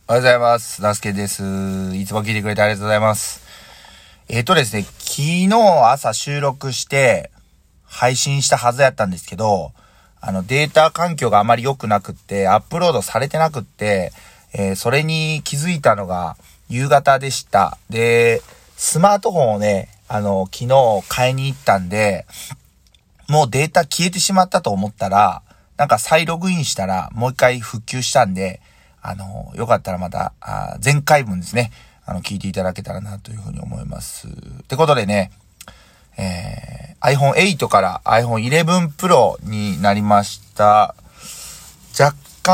おはようございます。ナスケです。いつも聞いてくれてありがとうございます。ですね、昨日朝収録して配信したはずやったんですけど、データ環境があまり良くなくって、アップロードされてなくって、それに気づいたのが夕方でした。で、スマートフォンをね、昨日買いに行ったんで、もうデータ消えてしまったと思ったら、なんか再ログインしたらもう一回復旧したんで、よかったらまた、前回分ですね、聞いていただけたらなというふうに思います。ってことでね、iPhone 8から iPhone 11 Pro になりました。若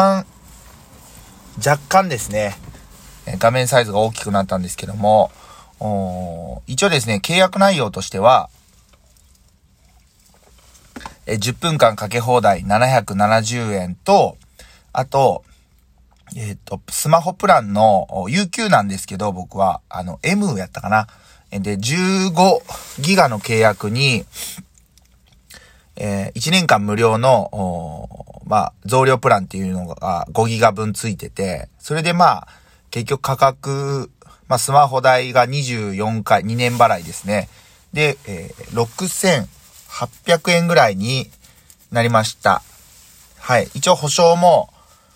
干ですね、画面サイズが大きくなったんですけども、一応ですね、契約内容としては、10分間かけ放題770円と、あと、スマホプランの UQ なんですけど、僕は、M やったかな。で、15ギガの契約に、1年間無料の、増量プランっていうのが5ギガ分ついてて、それで結局価格、スマホ代が24回、2年払いですね。で、6800円ぐらいになりました。はい。一応保証も、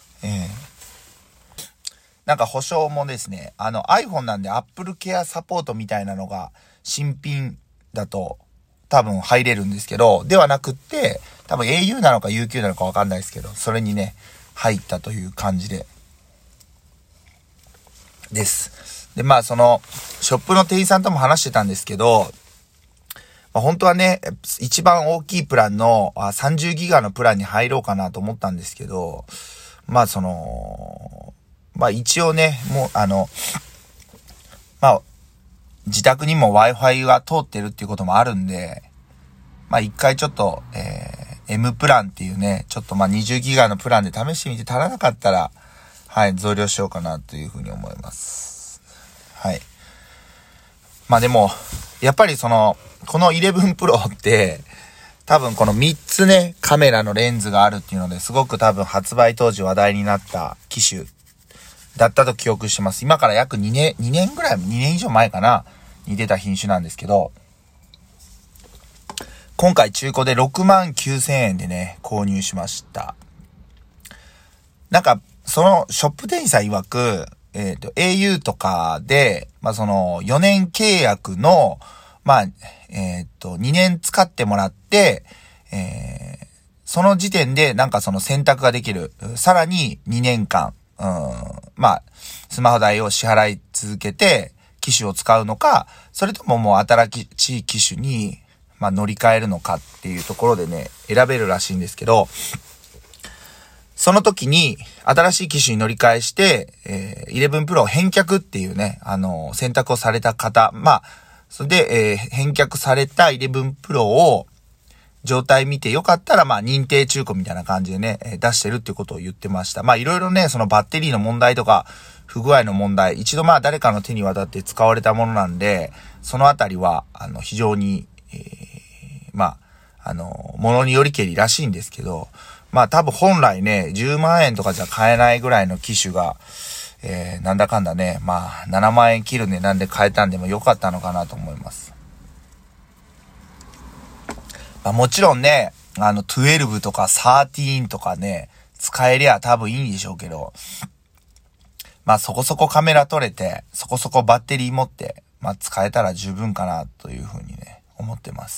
保証もですね、iPhone なんで Apple Care サポートみたいなのが新品だと多分入れるんですけど、ではなくって、多分 au なのか UQ なのかわかんないですけど、それにね、入ったという感じです。で、その、ショップの店員さんとも話してたんですけど、本当はね、一番大きいプランの30ギガのプランに入ろうかなと思ったんですけど、一応ね、もう自宅にも Wi-Fi が通ってるっていうこともあるんで、一回ちょっと、M プランっていうね、ちょっと20ギガのプランで試してみて足らなかったら、はい、増量しようかなというふうに思います。はい。でも、やっぱりこの11 Pro って、多分この3つね、カメラのレンズがあるっていうのですごく多分発売当時話題になった機種だったと記憶してます。今から約2年ぐらい、2年以上前かな、に出た品種なんですけど、今回中古で69,000円でね、購入しました。そのショップ店員さん曰く、au とかで、その4年契約の、2年使ってもらって、その時点でその選択ができる。さらに2年間、スマホ代を支払い続けて機種を使うのか、それとももう新しい機種に、乗り換えるのかっていうところでね、選べるらしいんですけど、その時に新しい機種に乗り換えして、11 Pro 返却っていうね、選択をされた方、それで、返却された11 Pro を状態見てよかったら認定中古みたいな感じでね、出してるっていうことを言ってました。いろいろね、そのバッテリーの問題とか不具合の問題、一度誰かの手に渡って使われたものなんで、そのあたりは非常に、ものによりけりらしいんですけど、多分本来ね、10万円とかじゃ買えないぐらいの機種が、なんだかんだね、7万円切る値段で買えたんでも良かったのかなと思います。もちろんね、12とか13とかね、使えりゃ多分いいんでしょうけど、そこそこカメラ撮れて、そこそこバッテリー持って、使えたら十分かなというふうにね、思ってます。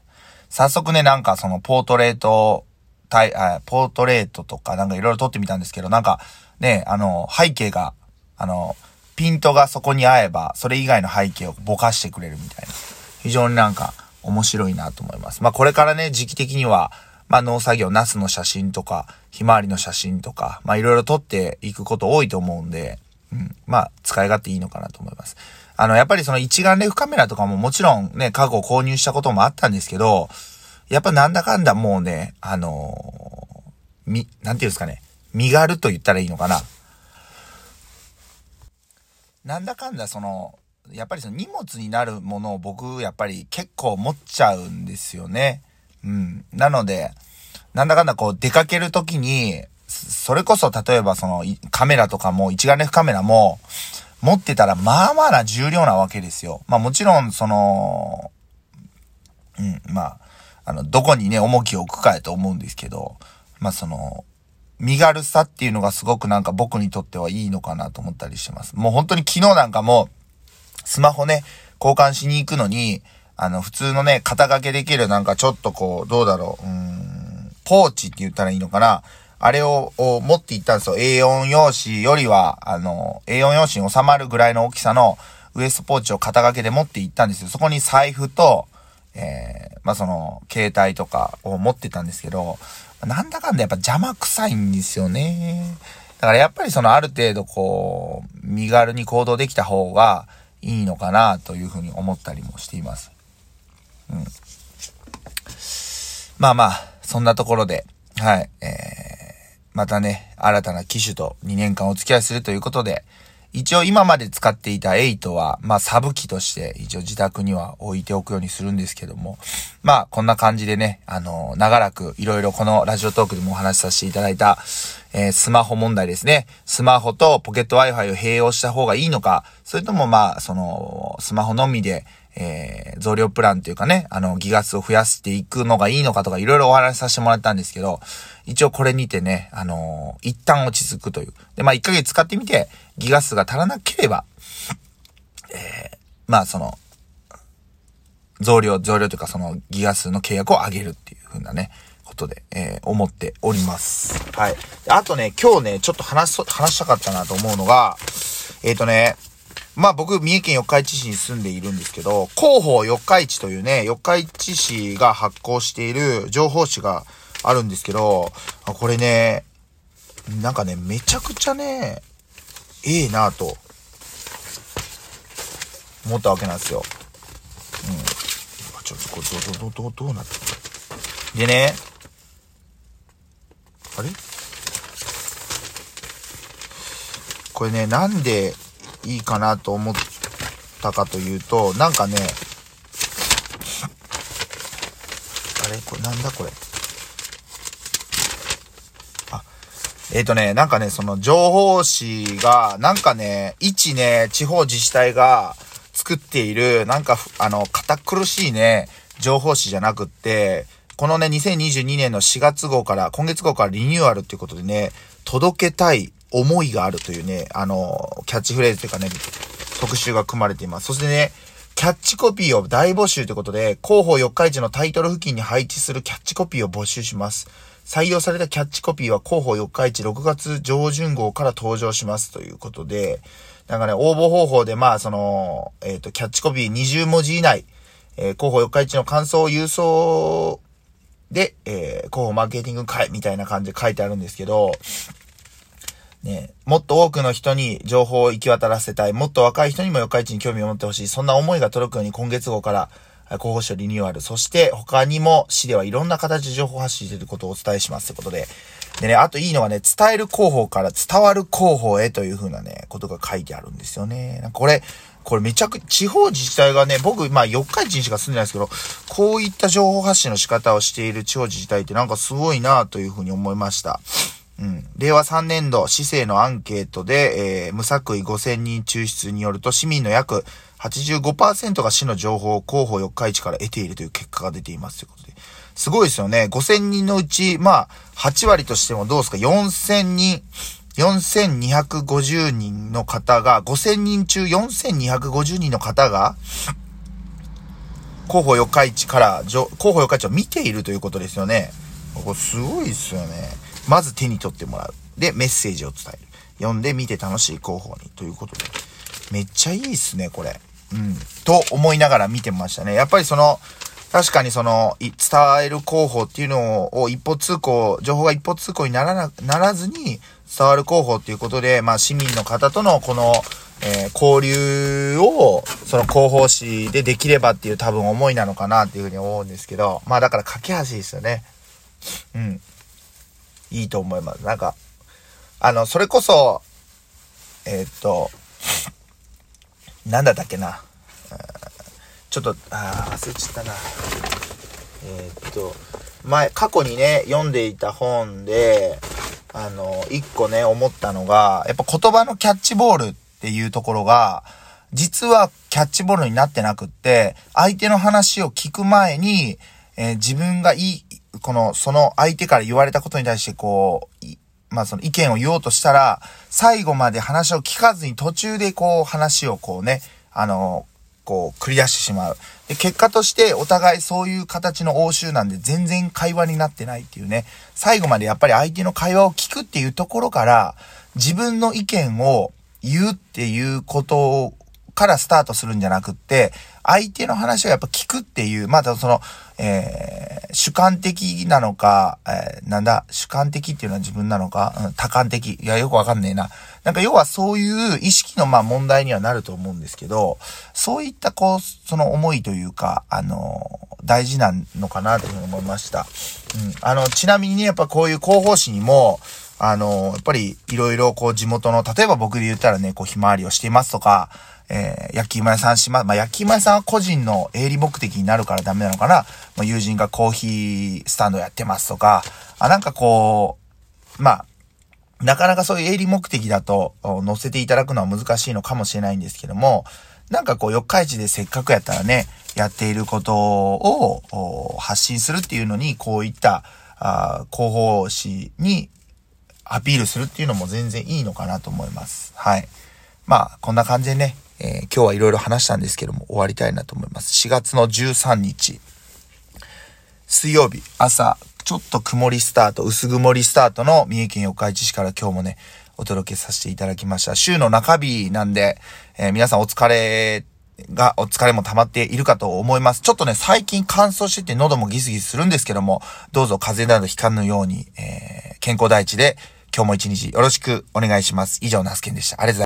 早速ね、そのポートレートとかいろいろ撮ってみたんですけど、ね、背景が、ピントがそこに合えば、それ以外の背景をぼかしてくれるみたいな。非常に面白いなと思います。これからね、時期的には、農作業、ナスの写真とか、ひまわりの写真とか、いろいろ撮っていくこと多いと思うんで、使い勝手いいのかなと思います。やっぱりその一眼レフカメラとかももちろんね、過去購入したこともあったんですけど、やっぱなんだかんだもうね、なんていうんですかね、身軽と言ったらいいのかな。なんだかんだやっぱりその荷物になるものを僕やっぱり結構持っちゃうんですよね。なので、なんだかんだ出かけるときにそれこそ例えばそのカメラとかも、一眼レフカメラも持ってたらまあまあな重量なわけですよ。まあもちろんその、まあ、どこにね、重きを置くかやと思うんですけど、まあその、身軽さっていうのがすごくなんか僕にとってはいいのかなと思ったりしてます。もう本当に昨日なんかも、スマホね、交換しに行くのに、普通のね、肩掛けできるなんかちょっとこう、どうだろう、ポーチって言ったらいいのかな。あれを持って行ったんですよ。A4 用紙よりは、A4 用紙に収まるぐらいの大きさのウエストポーチを肩掛けで持って行ったんですよ。そこに財布と、まあ、その、携帯とかを持ってたんですけど、なんだかんだやっぱ邪魔くさいんですよね。だからやっぱりそのある程度こう、身軽に行動できた方がいいのかなというふうに思ったりもしています。まあまあ、そんなところで、はい、またね、新たな機種と2年間お付き合いするということで、一応今まで使っていた8は、まあサブ機として一応自宅には置いておくようにするんですけども、まあこんな感じでね、長らくいろいろこのラジオトークでもお話しさせていただいた、スマホ問題ですね。スマホとポケット Wi-Fi を併用した方がいいのか、それともまあ、その、スマホのみで、増量プランっていうかね、ギガ数を増やしていくのがいいのかとかいろいろお話しさせてもらったんですけど、一応これにてね、一旦落ち着くという。で、まあ1ヶ月使ってみて、ギガ数が足らなければ、まあその、増量というかそのギガ数の契約を上げるっていう風なね、ことで、思っております。はい。あとね、今日ね、ちょっと話したかったなと思うのが、まあ僕、三重県四日市市に住んでいるんですけど、広報四日市というね、四日市市が発行している情報誌があるんですけど、これね、なんかね、めちゃくちゃね、ええなぁと、思ったわけなんですよ。ちょっとこれどうなってる？でね、あれ？これね、なんでいいかなと思ったかというと、なんかね、あれ？これなんだこれ。なんかね、その情報誌が、なんかね、一ね、地方自治体が作っている、なんか、堅苦しいね、情報誌じゃなくって、このね、2022年の4月号から、今月号からリニューアルっていうことでね、届けたい思いがあるというね、キャッチフレーズというかね、特集が組まれています。そしてね、キャッチコピーを大募集ということで、広報四日市のタイトル付近に配置するキャッチコピーを募集します。採用されたキャッチコピーは広報四日市6月上旬号から登場しますということで、なんかね、応募方法で、まあ、その、キャッチコピー20文字以内、広報四日市の感想を郵送で、広報マーケティング会みたいな感じで書いてあるんですけど、ね、もっと多くの人に情報を行き渡らせたい。もっと若い人にも四日市に興味を持ってほしい。そんな思いが届くように今月号から広報誌をリニューアル。そして他にも市ではいろんな形で情報発信していることをお伝えしますということで。でね、あといいのはね、伝える広報から伝わる広報へという風なね、ことが書いてあるんですよね。なんかこれめちゃくちゃ地方自治体がね、僕、まあ四日市にしか住んでないですけど、こういった情報発信の仕方をしている地方自治体ってなんかすごいなという風に思いました。令和3年度市政のアンケートで、無作為5000人抽出によると市民の約 85% が市の情報を広報四日市から得ているという結果が出ていますということで。すごいですよね。5000人のうち、まあ、8割としてもどうですか ?4000 人、4250人の方が、5000人中4250人の方が、広報四日市から、広報四日市を見ているということですよね。これすごいですよね。まず手に取ってもらう。で、メッセージを伝える。読んで見て楽しい広報に。ということで。めっちゃいいっすね、これ。と思いながら見てましたね。やっぱり確かに伝える広報っていうのを情報が一方通行にならずに伝わる広報っていうことで、まあ市民の方とのこの、交流を、その広報誌でできればっていう多分思いなのかなっていうふうに思うんですけど、まあだから架け橋ですよね。いいと思います。なんか、それこそ、なんだったっけな。ちょっと、忘れちゃったな。過去にね、読んでいた本で、 一個ね、思ったのが、やっぱ言葉のキャッチボールっていうところが、実はキャッチボールになってなくって、相手の話を聞く前に、自分がその相手から言われたことに対してその意見を言おうとしたら、最後まで話を聞かずに途中で話を繰り出してしまう。で、結果としてお互いそういう形の応酬なんで全然会話になってないっていうね。最後までやっぱり相手の会話を聞くっていうところから、自分の意見を言うっていうことからスタートするんじゃなくって、相手の話をやっぱ聞くっていう、主観的なのか、主観的っていうのは自分なのか、多観的。いや、よくわかんねえな。要はそういう意識の問題にはなると思うんですけど、そういったその思いというか、大事なのかなというふうに思いました。ちなみにね、やっぱこういう広報誌にも、やっぱりいろいろ地元の、例えば僕で言ったらね、ひまわりをしていますとか、焼き芋屋さん焼き芋屋さんは個人の営利目的になるからダメなのかな。友人がコーヒースタンドやってますとか、なかなかそういう営利目的だと載せていただくのは難しいのかもしれないんですけども、四日市でせっかくやったらね、やっていることを発信するっていうのに、こういった広報誌にアピールするっていうのも全然いいのかなと思います。はい。こんな感じでね、今日はいろいろ話したんですけども、終わりたいなと思います。4月の13日、水曜日、朝、ちょっと曇りスタート、薄曇りスタートの三重県四日市市から今日もね、お届けさせていただきました。週の中日なんで、皆さんお疲れも溜まっているかと思います。ちょっとね、最近乾燥してて喉もギスギスするんですけども、どうぞ風邪などひかぬように、健康第一で今日も一日よろしくお願いします。以上、ナスケンでした。ありがとうございます。